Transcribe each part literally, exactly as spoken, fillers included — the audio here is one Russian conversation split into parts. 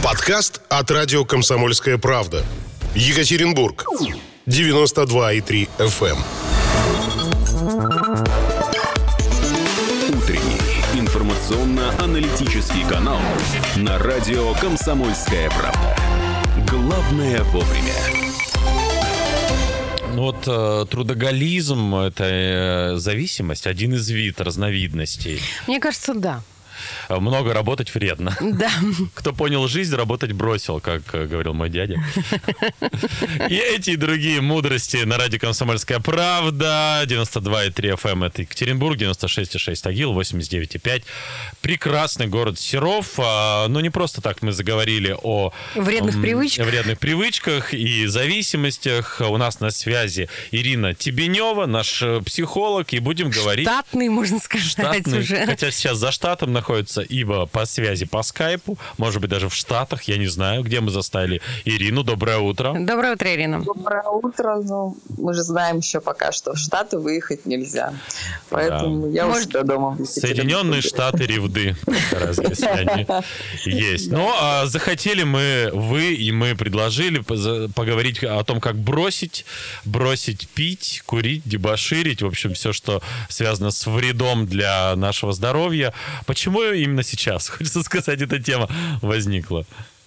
Подкаст от радио «Комсомольская правда». Екатеринбург. девяносто два и три эф эм. Утренний информационно-аналитический канал на радио «Комсомольская правда». Главное вовремя. Ну вот э, трудоголизм – это э, зависимость, один из вид, разновидностей. Мне кажется, да. Много работать вредно. Да. Кто понял жизнь, работать бросил, как э, говорил мой дядя. И эти и другие мудрости на радио «Комсомольская правда». девяносто два и три эф эм – это Екатеринбург, девяносто шесть и шесть Тагил, восемьдесят девять и пять. Прекрасный город Серов. Но не просто так мы заговорили о вредных привычках. вредных привычках и зависимостях. У нас на связи Ирина Тебенева, наш психолог, и будем говорить... Штатный, можно сказать, Штатный, уже. Хотя сейчас за штатом находится, ибо по связи по скайпу, может быть, даже в Штатах, я не знаю, где мы застали Ирину. Доброе утро. Доброе утро, Ирина. Доброе утро. Ну, мы же знаем еще пока, что в Штаты выехать нельзя. Поэтому да. я может... уже дома. Соединенные Штаты Ревды, раз если они есть. Но а, захотели мы, вы и мы предложили поговорить о том, как бросить, бросить пить, курить, дебоширить, в общем, все, что связано с вредом для нашего здоровья. Почему именно сейчас, хочется сказать, эта тема возникла?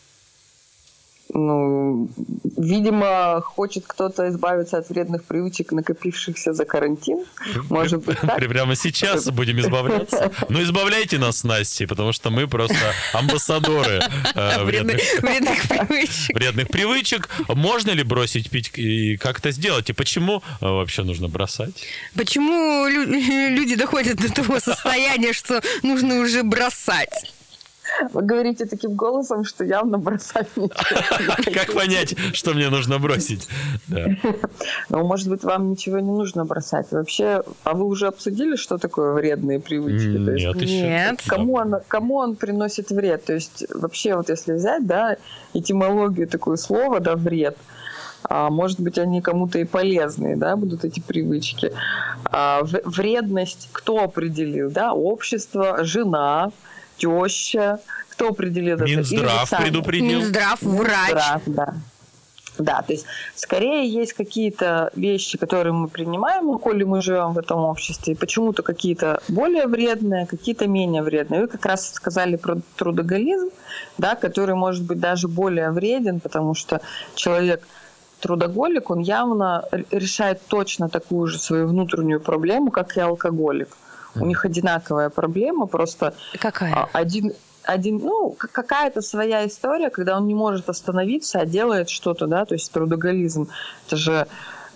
Ну, видимо, хочет кто-то избавиться от вредных привычек, накопившихся за карантин. Может быть, так? Прямо сейчас будем избавляться. Ну, избавляйте нас с Настей, потому что мы просто амбассадоры э, вредных, вредных, привычек. вредных привычек. Можно ли бросить пить и как это сделать? И почему вообще нужно бросать? Почему лю- люди доходят до того состояния, что нужно уже бросать? Вы говорите таким голосом, что явно бросать ничего. Как понять, что мне нужно бросить? Ну, может быть, вам ничего не нужно бросать. Вообще, а вы уже обсудили, что такое вредные привычки? Нет, еще. Нет. Кому он, кому он приносит вред? То есть, вообще, вот если взять, да, этимологию такое слово, да, вред, а, может быть, они кому-то и полезные, да, будут эти привычки. А, вредность кто определил, да? Общество, жена, теща, кто определил это? Минздрав предупредил. Минздрав, врач. Минздрав, да. Да, то есть скорее есть какие-то вещи, которые мы принимаем, ну, коли мы живем в этом обществе, и почему-то какие-то более вредные, какие-то менее вредные. Вы как раз сказали про трудоголизм, да, который может быть даже более вреден, потому что человек трудоголик, он явно решает точно такую же свою внутреннюю проблему, как и алкоголик. У них одинаковая проблема, просто Какая? один, один, ну, какая-то своя история, когда он не может остановиться, а делает что-то, да, то есть трудоголизм. Это же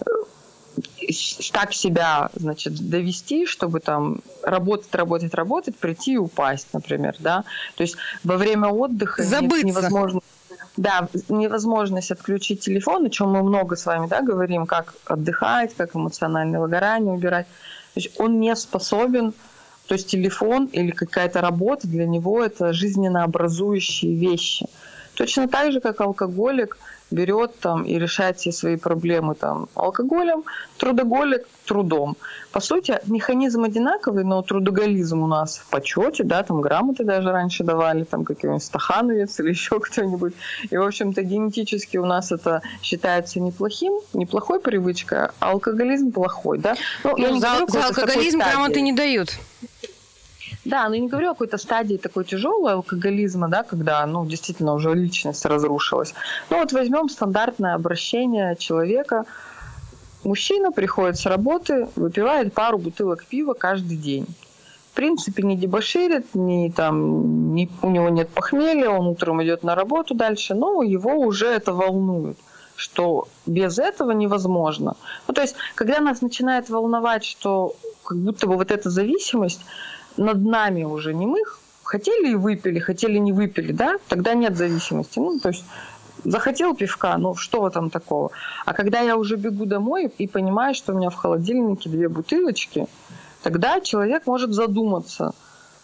так себя, значит, довести, чтобы там работать, работать, работать, прийти и упасть, например, да. То есть во время отдыха забыться. невозможно... Да, невозможность отключить телефон, о чем мы много с вами, да, говорим, как отдыхать, как эмоциональное выгорание убирать. То есть он не способен, то есть телефон или какая-то работа для него это жизненно образующие вещи. Точно так же, как алкоголик берет там и решает все свои проблемы там алкоголем, трудоголик трудом. По сути, механизм одинаковый, но трудоголизм у нас в почете, да, там грамоты даже раньше давали, там какой-нибудь стахановец или еще кто-нибудь. И, в общем-то, генетически у нас это считается неплохим, неплохой привычкой, а алкоголизм плохой, да. Ну, ну, за, за алкоголизм грамоты не дают. Да, но я не говорю о какой-то стадии такой тяжелой алкоголизма, да, когда, ну, действительно уже личность разрушилась. Ну, вот возьмем стандартное обращение человека. Мужчина приходит с работы, выпивает пару бутылок пива каждый день. В принципе, не дебоширит, не, там, не, у него нет похмелья, он утром идет на работу дальше, но его уже это волнует, что без этого невозможно. Ну, то есть, когда нас начинает волновать, что как будто бы вот эта зависимость над нами уже не мы хотели и выпили, хотели не выпили, да, тогда нет зависимости. Ну, то есть захотел пивка, ну что в этом такого? А когда я уже бегу домой и понимаю, что у меня в холодильнике две бутылочки, тогда человек может задуматься.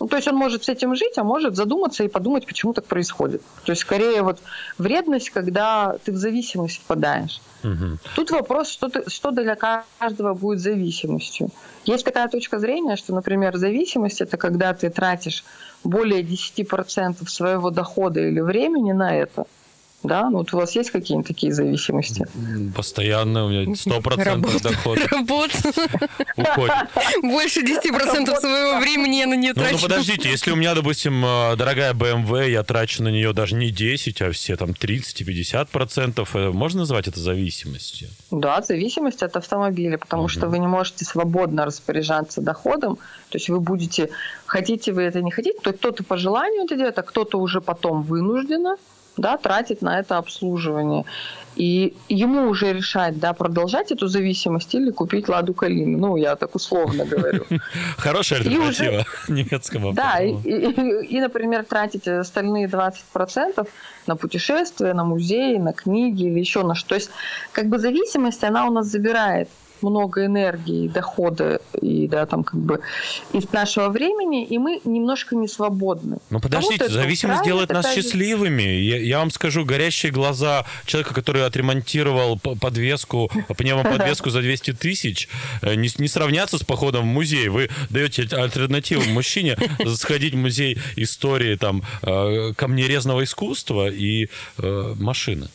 Ну, то есть он может с этим жить, а может задуматься и подумать, почему так происходит. То есть скорее вот вредность, когда ты в зависимость впадаешь. Угу. Тут вопрос, что, ты, что для каждого будет зависимостью. Есть такая точка зрения, что, например, зависимость – это когда ты тратишь более десять процентов своего дохода или времени на это. Да, ну вот у вас есть какие-нибудь такие зависимости? Постоянно, у меня сто процентов дохода. Работа. Уходит. Больше десять процентов своего времени я на нее ну, трачу. Ну, подождите, если у меня, допустим, дорогая бэ эм вэ, я трачу на нее даже не десять, а все там тридцать-пятьдесят процентов, можно назвать это зависимостью? Да, зависимость от автомобиля, потому угу. что вы не можете свободно распоряжаться доходом, то есть вы будете, хотите вы это, не хотите, то кто-то по желанию это делает, а кто-то уже потом вынужденно, да, тратит на это обслуживание. И ему уже решать, да, продолжать эту зависимость или купить «Ладу Калину». Ну, я так условно говорю. Хорошая альтернатива немецкому. Да, и, например, тратить остальные двадцать процентов на путешествия, на музеи, на книги или еще на что. То есть, как бы зависимость, она у нас забирает много энергии, дохода и, да, там, как бы из нашего времени, и мы немножко не свободны. Ну, подождите, зависимость делает нас счастливыми. Я, я вам скажу, горящие глаза человека, который отремонтировал подвеску, пневмоподвеску за двести тысяч, не, не сравнятся с походом в музей. Вы даете альтернативу мужчине сходить в музей истории там камнерезного искусства и э, машины.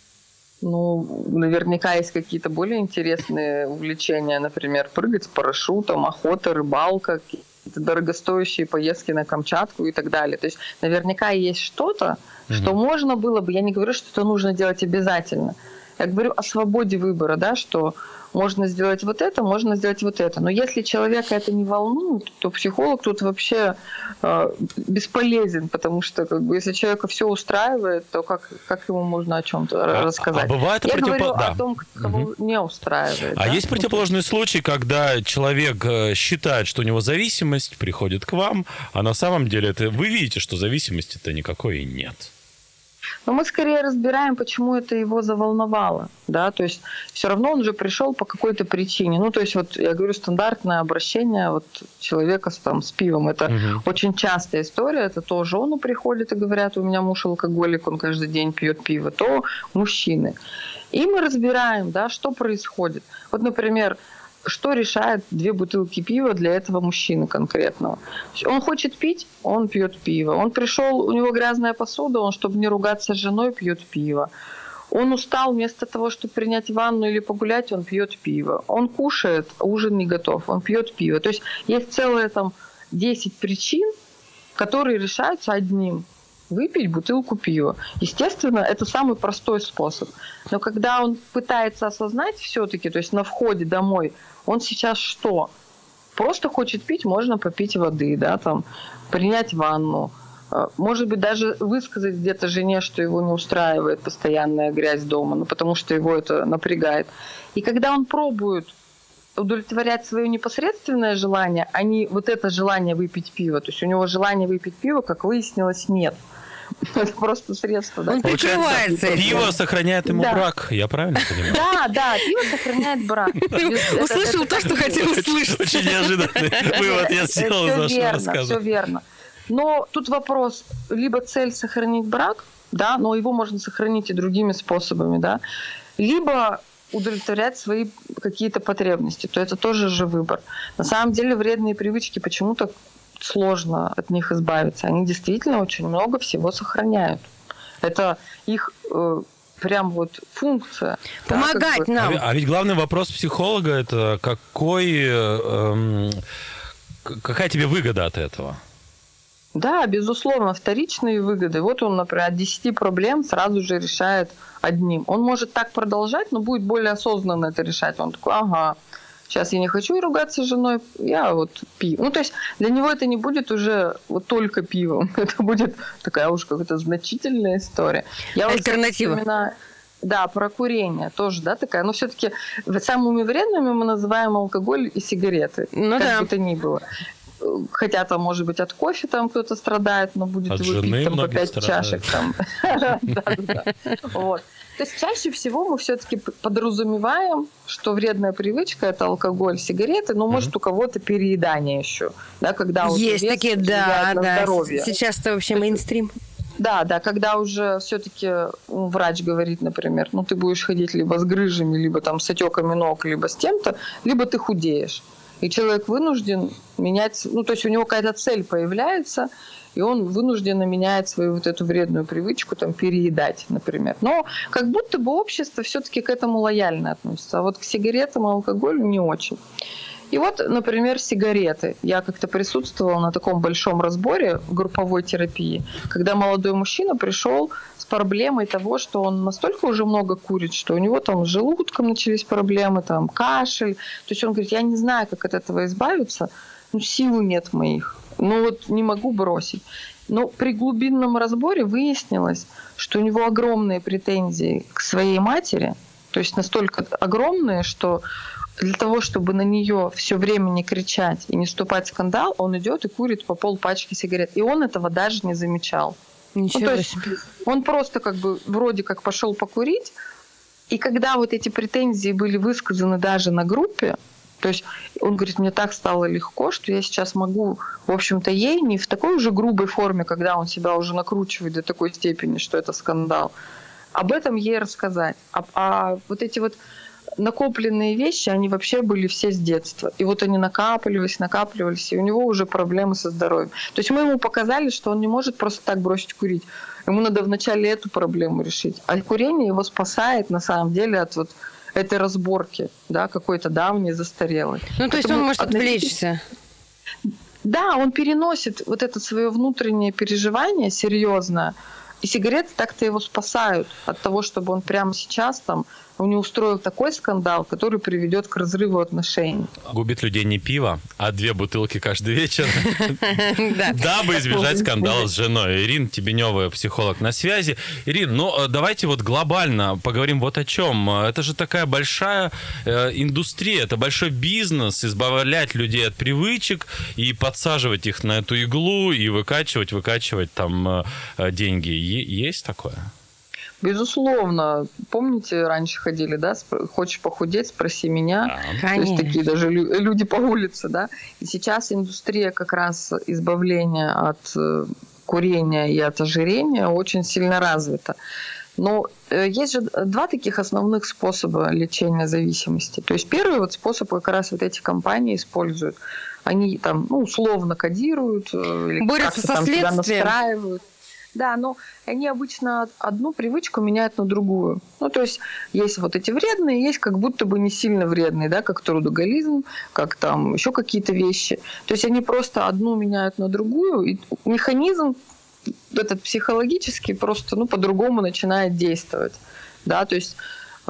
Ну, наверняка есть какие-то более интересные увлечения, например, прыгать с парашютом, охота, рыбалка, какие-то дорогостоящие поездки на Камчатку и так далее. То есть наверняка есть что-то, mm-hmm. что можно было бы, я не говорю, что это нужно делать обязательно. Я говорю о свободе выбора, да, что можно сделать вот это, можно сделать вот это. Но если человека это не волнует, то психолог тут вообще э, бесполезен, потому что как бы, если человека все устраивает, то как, как ему можно о чем-то а, рассказать? А бывает Я противопо... говорю да. о том, кого угу. не устраивает. А да? есть противоположный случай, когда человек считает, что у него зависимость, приходит к вам, а на самом деле это вы видите, что зависимости-то никакой и нет. Но мы скорее разбираем, почему это его заволновало, да, то есть все равно он же пришел по какой-то причине. Ну, то есть вот я говорю, стандартное обращение вот человека с, там, с пивом, это угу. очень частая история, это то жены приходят и говорят, у меня муж алкоголик, он каждый день пьет пиво, то мужчины. И мы разбираем, да, что происходит. Вот, например, что решает две бутылки пива для этого мужчины конкретного. Он хочет пить, он пьет пиво. Он пришел, у него грязная посуда, он, чтобы не ругаться с женой, пьет пиво. Он устал, вместо того, чтобы принять ванну или погулять, он пьет пиво. Он кушает, ужин не готов, он пьет пиво. То есть есть целые там десять причин, которые решаются одним. Выпить бутылку пива. Естественно, это самый простой способ. Но когда он пытается осознать все-таки, то есть на входе домой, он сейчас что? Просто хочет пить, можно попить воды, да, там, принять ванну. Может быть, даже высказать где-то жене, что его не устраивает постоянная грязь дома, ну, потому что его это напрягает. И когда он пробует удовлетворять свое непосредственное желание, а не вот это желание выпить пиво, то есть у него желания выпить пиво, как выяснилось, нет. Это просто средство. Да? Он прикрывается. Пиво сохраняет ему да. брак, я правильно понимаю? Да, да, пиво сохраняет брак. Услышал то, что хотел услышать. Очень неожиданный вывод я сделал из вашего рассказа. Все верно. Но тут вопрос, либо цель сохранить брак, да, но его можно сохранить и другими способами, да, либо удовлетворять свои какие-то потребности, то это тоже же выбор. На самом деле вредные привычки почему-то сложно от них избавиться. Они действительно очень много всего сохраняют. Это их э, прям вот функция. Помогать да, как бы. нам. А, а ведь главный вопрос психолога – это какой, э, э, какая тебе выгода от этого? Да, безусловно, вторичные выгоды. Вот он, например, от десяти проблем сразу же решает одним. Он может так продолжать, но будет более осознанно это решать. Он такой, ага, сейчас я не хочу ругаться с женой, я вот пью. Ну, то есть для него это не будет уже вот только пивом. Это будет такая уж какая-то значительная история. Я Альтернатива. Вот вспоминаю, да, про курение тоже, да, такая. Но все-таки самыми вредными мы называем алкоголь и сигареты. Ну как да. бы то ни было. хотя там, может быть, от кофе там кто-то страдает, но будет от его пить там по пять страдают. чашек. Там. Вот. То есть чаще всего мы все-таки подразумеваем, что вредная привычка – это алкоголь, сигареты, но может у кого-то переедание еще, да, когда вот есть такие, да, да. здоровье. Сейчас это вообще мейнстрим. Да, да, когда уже все-таки врач говорит, например, ну ты будешь ходить либо с грыжами, либо там с отеками ног, либо с тем-то, либо ты худеешь. И человек вынужден менять, ну то есть у него какая-то цель появляется, и он вынужденно меняет свою вот эту вредную привычку там переедать, например. Но как будто бы общество все-таки к этому лояльно относится, а вот к сигаретам и алкоголю не очень. И вот, например, сигареты. Я как-то присутствовала на таком большом разборе в групповой терапии, когда молодой мужчина пришел с проблемой того, что он настолько уже много курит, что у него там с желудком начались проблемы, там кашель. То есть он говорит, я не знаю, как от этого избавиться, ну сил нет моих, ну вот не могу бросить. Но при глубинном разборе выяснилось, что у него огромные претензии к своей матери, то есть настолько огромные, что для того, чтобы на нее все время не кричать и не вступать в скандал, он идет и курит по полпачки сигарет. И он этого даже не замечал. Ничего ну, то есть себе. Он просто как бы вроде как пошел покурить, и когда вот эти претензии были высказаны даже на группе, то есть он говорит, мне так стало легко, что я сейчас могу, в общем-то, ей не в такой уже грубой форме, когда он себя уже накручивает до такой степени, что это скандал, об этом ей рассказать. А, а вот эти вот накопленные вещи, они вообще были все с детства. И вот они накапливались, накапливались, и у него уже проблемы со здоровьем. То есть мы ему показали, что он не может просто так бросить курить. Ему надо вначале эту проблему решить. А курение его спасает, на самом деле, от вот этой разборки, да, какой-то давней, застарелой. Ну, то есть Поэтому он может относительно... отвлечься. Да, он переносит вот это свое внутреннее переживание серьезно, и сигареты так-то его спасают от того, чтобы он прямо сейчас там он не устроил такой скандал, который приведет к разрыву отношений. Губит людей не пиво, а две бутылки каждый вечер, дабы избежать скандала с женой. Ирина Тебенева, психолог, на связи. Ирина, ну давайте вот глобально поговорим вот о чем. Это же такая большая индустрия, это большой бизнес, избавлять людей от привычек и подсаживать их на эту иглу и выкачивать, выкачивать там деньги. Есть такое? Безусловно. Помните, раньше ходили, да, хочешь похудеть, спроси меня. Да, то есть такие даже люди по улице, да. И сейчас индустрия как раз избавления от курения и от ожирения очень сильно развита. Но есть же два таких основных способа лечения зависимости. То есть первый вот способ как раз вот эти компании используют. Они там, ну, условно кодируют или борются как-то со там себя следствием. настраивают. Да, но они обычно одну привычку меняют на другую. Ну, то есть есть вот эти вредные, есть как будто бы не сильно вредные, да, как трудоголизм, как там еще какие-то вещи. То есть они просто одну меняют на другую, и механизм этот психологический просто, ну, по-другому начинает действовать. Да, то есть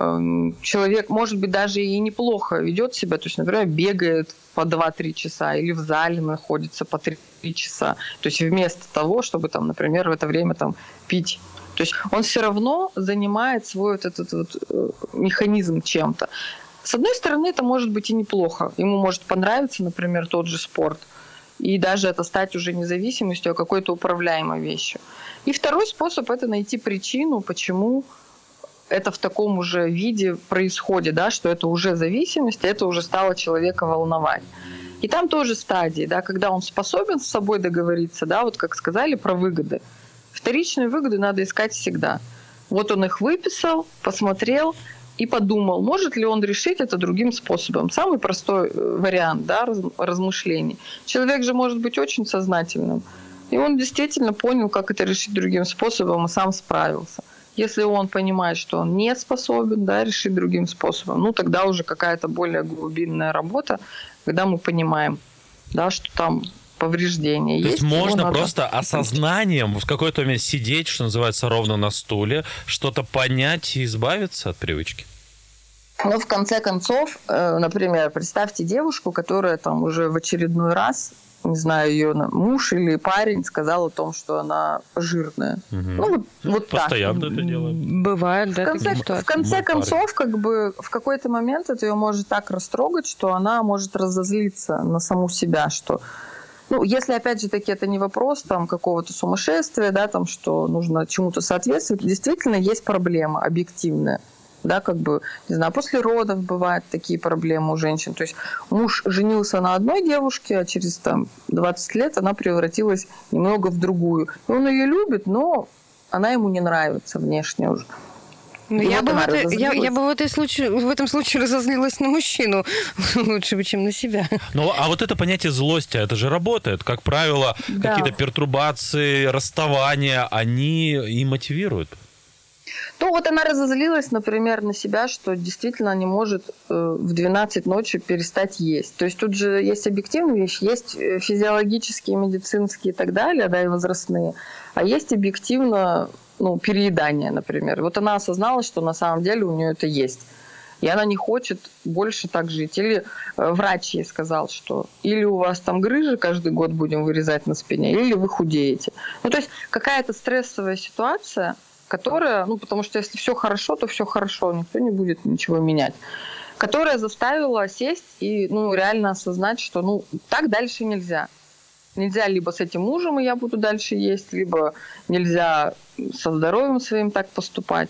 э, человек, может быть, даже и неплохо ведет себя, то есть, например, бегает по два-три часа или в зале находится по три часа. То есть вместо того, чтобы, там, например, в это время там, пить. То есть он все равно занимает свой вот этот вот механизм чем-то. С одной стороны, это может быть и неплохо. Ему может понравиться, например, тот же спорт. И даже это стать уже не зависимостью, а какой-то управляемой вещью. И второй способ – это найти причину, почему это в таком уже виде происходит, да, что это уже зависимость, это уже стало человека волновать. И там тоже стадии, да, когда он способен с собой договориться, да, вот как сказали про выгоды. Вторичные выгоды надо искать всегда. Вот он их выписал, посмотрел и подумал, может ли он решить это другим способом. Самый простой вариант, да, размышлений. Человек же может быть очень сознательным. И он действительно понял, как это решить другим способом, и сам справился. Если он понимает, что он не способен, да, решить другим способом, ну тогда уже какая-то более глубинная работа, когда мы понимаем, да, что там повреждения То есть. есть можно надо... просто осознанием в какой-то момент сидеть, что называется, ровно на стуле, что-то понять и избавиться от привычки? Но в конце концов, например, представьте девушку, которая там уже в очередной раз, не знаю, ее муж или парень сказал о том, что она жирная. Угу. Ну, вот, вот постоянно так. это делают. Бывает, да. В конце, в конце концов, как бы в какой-то момент это ее может так растрогать, что она может разозлиться на саму себя, что Ну, если, опять же таки, это не вопрос там какого-то сумасшествия, да, там, что нужно чему-то соответствовать, действительно есть проблема объективная. Да, как бы, не знаю, после родов бывают такие проблемы у женщин. То есть муж женился на одной девушке, а через там, двадцать лет она превратилась немного в другую. И он ее любит, но она ему не нравится внешне уже. Ну, я, вот бы это, я, я бы в, этой случае, в этом случае разозлилась на мужчину лучше бы, чем на себя. Ну, а вот это понятие злости, это же работает. Как правило, да. какие-то пертурбации, расставания, они и мотивируют. Ну, вот она разозлилась, например, на себя, что действительно не может э, в двенадцать ночи перестать есть. То есть тут же есть объективные вещи, есть физиологические, медицинские и так далее, да, и возрастные, а есть объективно, ну, переедание, например. Вот она осознала, что на самом деле у нее это есть. И она не хочет больше так жить. Или врач ей сказал, что или у вас там грыжи каждый год будем вырезать на спине, или вы худеете. Ну, то есть какая-то стрессовая ситуация, которая, ну, потому что если все хорошо, то все хорошо, никто не будет ничего менять, которая заставила сесть и, ну, реально осознать, что, ну, так дальше нельзя. Нельзя либо с этим мужем, и я буду дальше есть, либо нельзя со здоровьем своим так поступать.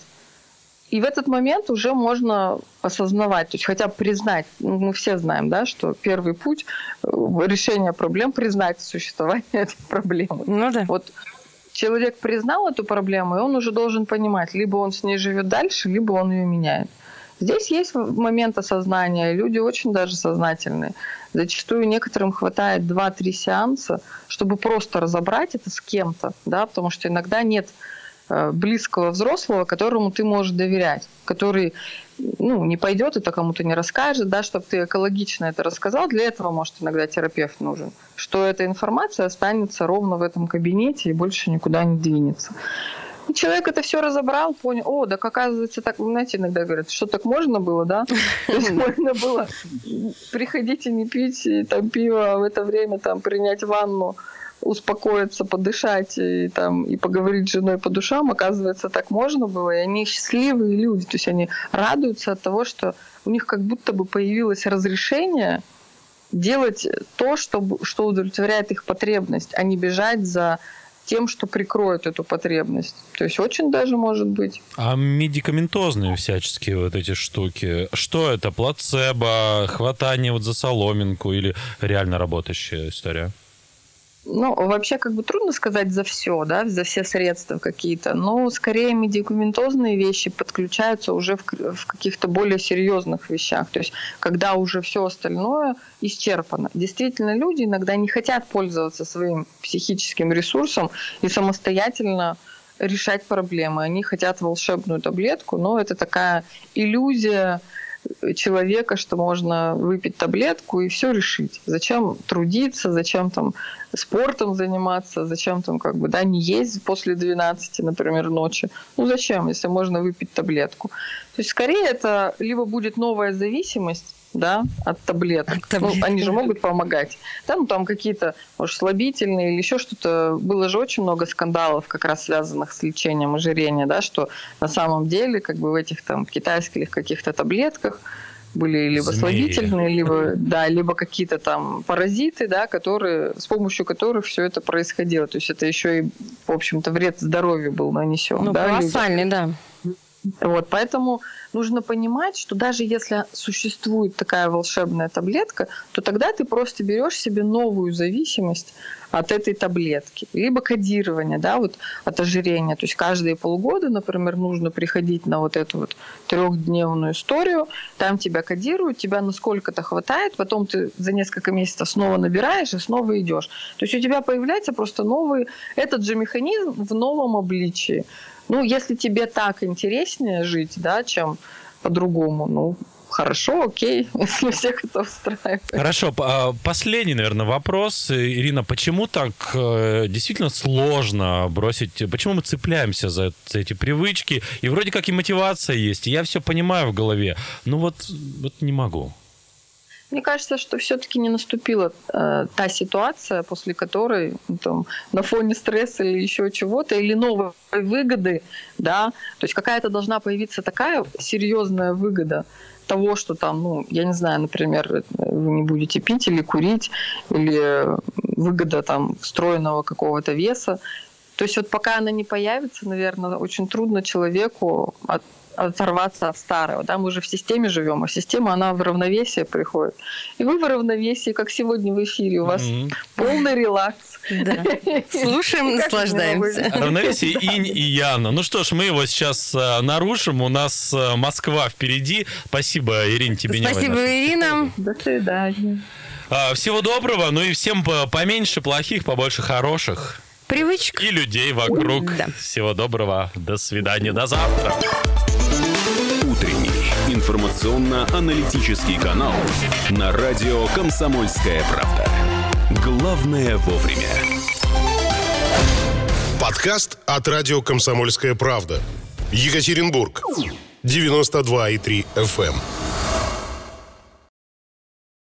И в этот момент уже можно осознавать, то есть хотя бы признать, ну, мы все знаем, да, что первый путь решения проблем — признать существование этой проблемы. Ну да. Вот человек признал эту проблему, и он уже должен понимать, либо он с ней живет дальше, либо он ее меняет. Здесь есть момент осознания, люди очень даже сознательные. Зачастую некоторым хватает два-три сеанса, чтобы просто разобрать это с кем-то, да, потому что иногда нет близкого взрослого, которому ты можешь доверять, который, ну, не пойдет это кому-то не расскажет, да, чтобы ты экологично это рассказал. Для этого, может, иногда терапевт нужен, что эта информация останется ровно в этом кабинете и больше никуда не двинется. И человек это все разобрал, понял, о, так оказывается так, знаете, иногда говорят, что так можно было, да? То есть можно было приходить и не пить там пиво, а в это время там принять ванну, успокоиться, подышать и, там, и поговорить с женой по душам, оказывается, так можно было, и они счастливые люди, то есть они радуются от того, что у них как будто бы появилось разрешение делать то, что, что удовлетворяет их потребность, а не бежать за тем, что прикроет эту потребность. То есть очень даже может быть. А медикаментозные всяческие вот эти штуки, что это? Плацебо, хватание вот за соломинку или реально работающая история? Ну, вообще, как бы трудно сказать за все, да, за все средства какие-то, но скорее медикаментозные вещи подключаются уже в, в каких-то более серьезных вещах, то есть когда уже все остальное исчерпано. Действительно, люди иногда не хотят пользоваться своим психическим ресурсом и самостоятельно решать проблемы. Они хотят волшебную таблетку, но это такая иллюзия человека, что можно выпить таблетку и все решить. Зачем трудиться, зачем там спортом заниматься, зачем там как бы, да, не есть после двенадцати, например, ночи. Ну зачем, если можно выпить таблетку? То есть скорее это либо будет новая зависимость, да, от таблеток. От таблеток. Ну, они же могут помогать. Да, ну, там какие-то, может, слабительные или еще что-то. Было же очень много скандалов, как раз связанных с лечением ожирения, да, что на самом деле как бы в этих там китайских каких-то таблетках были либо Змеи. слабительные, либо, да, либо какие-то там паразиты, да, которые, с помощью которых все это происходило. То есть это еще и, в общем-то, вред здоровью был нанесен. Ну, да, колоссальный, да. Вот, поэтому нужно понимать, что даже если существует такая волшебная таблетка, то тогда ты просто берешь себе новую зависимость от этой таблетки. Либо кодирование, да, вот от ожирения. То есть каждые полгода, например, нужно приходить на вот эту вот трехдневную историю, там тебя кодируют, тебя насколько-то хватает, потом ты за несколько месяцев снова набираешь и снова идешь. То есть у тебя появляется просто новый, этот же механизм в новом обличии. Ну, если тебе так интереснее жить, да, чем по-другому, ну, хорошо, окей, если всех это устраивает. Хорошо, последний, наверное, вопрос. Ирина, почему так действительно сложно бросить, почему мы цепляемся за эти привычки, и вроде как и мотивация есть, и я все понимаю в голове, но вот, вот не могу. Мне кажется, что все-таки не наступила э, та ситуация, после которой ну, там, на фоне стресса или еще чего-то, или новой выгоды, да, то есть какая-то должна появиться такая серьезная выгода того, что там, ну, я не знаю, например, вы не будете пить или курить, или выгода там встроенного какого-то веса. То есть вот пока она не появится, наверное, очень трудно человеку от оторваться от старого. Да? Мы же в системе живем, а система, она в равновесие приходит. И вы в равновесии, как сегодня в эфире, у вас mm-hmm. полный релакс. Да. Слушаем, наслаждаемся. Равновесие инь и ян. Ну что ж, мы его сейчас э, нарушим. У нас э, Москва впереди. Спасибо, Ирина, тебе. Спасибо, Ирина. До свидания. Э, всего доброго. Ну и всем поменьше плохих, побольше хороших. Привычек. И людей вокруг. Да. Всего доброго. До свидания. До завтра. Утренний информационно-аналитический канал на радио «Комсомольская правда». Главное вовремя. Подкаст от радио «Комсомольская правда». Екатеринбург. девяносто два и три эф эм.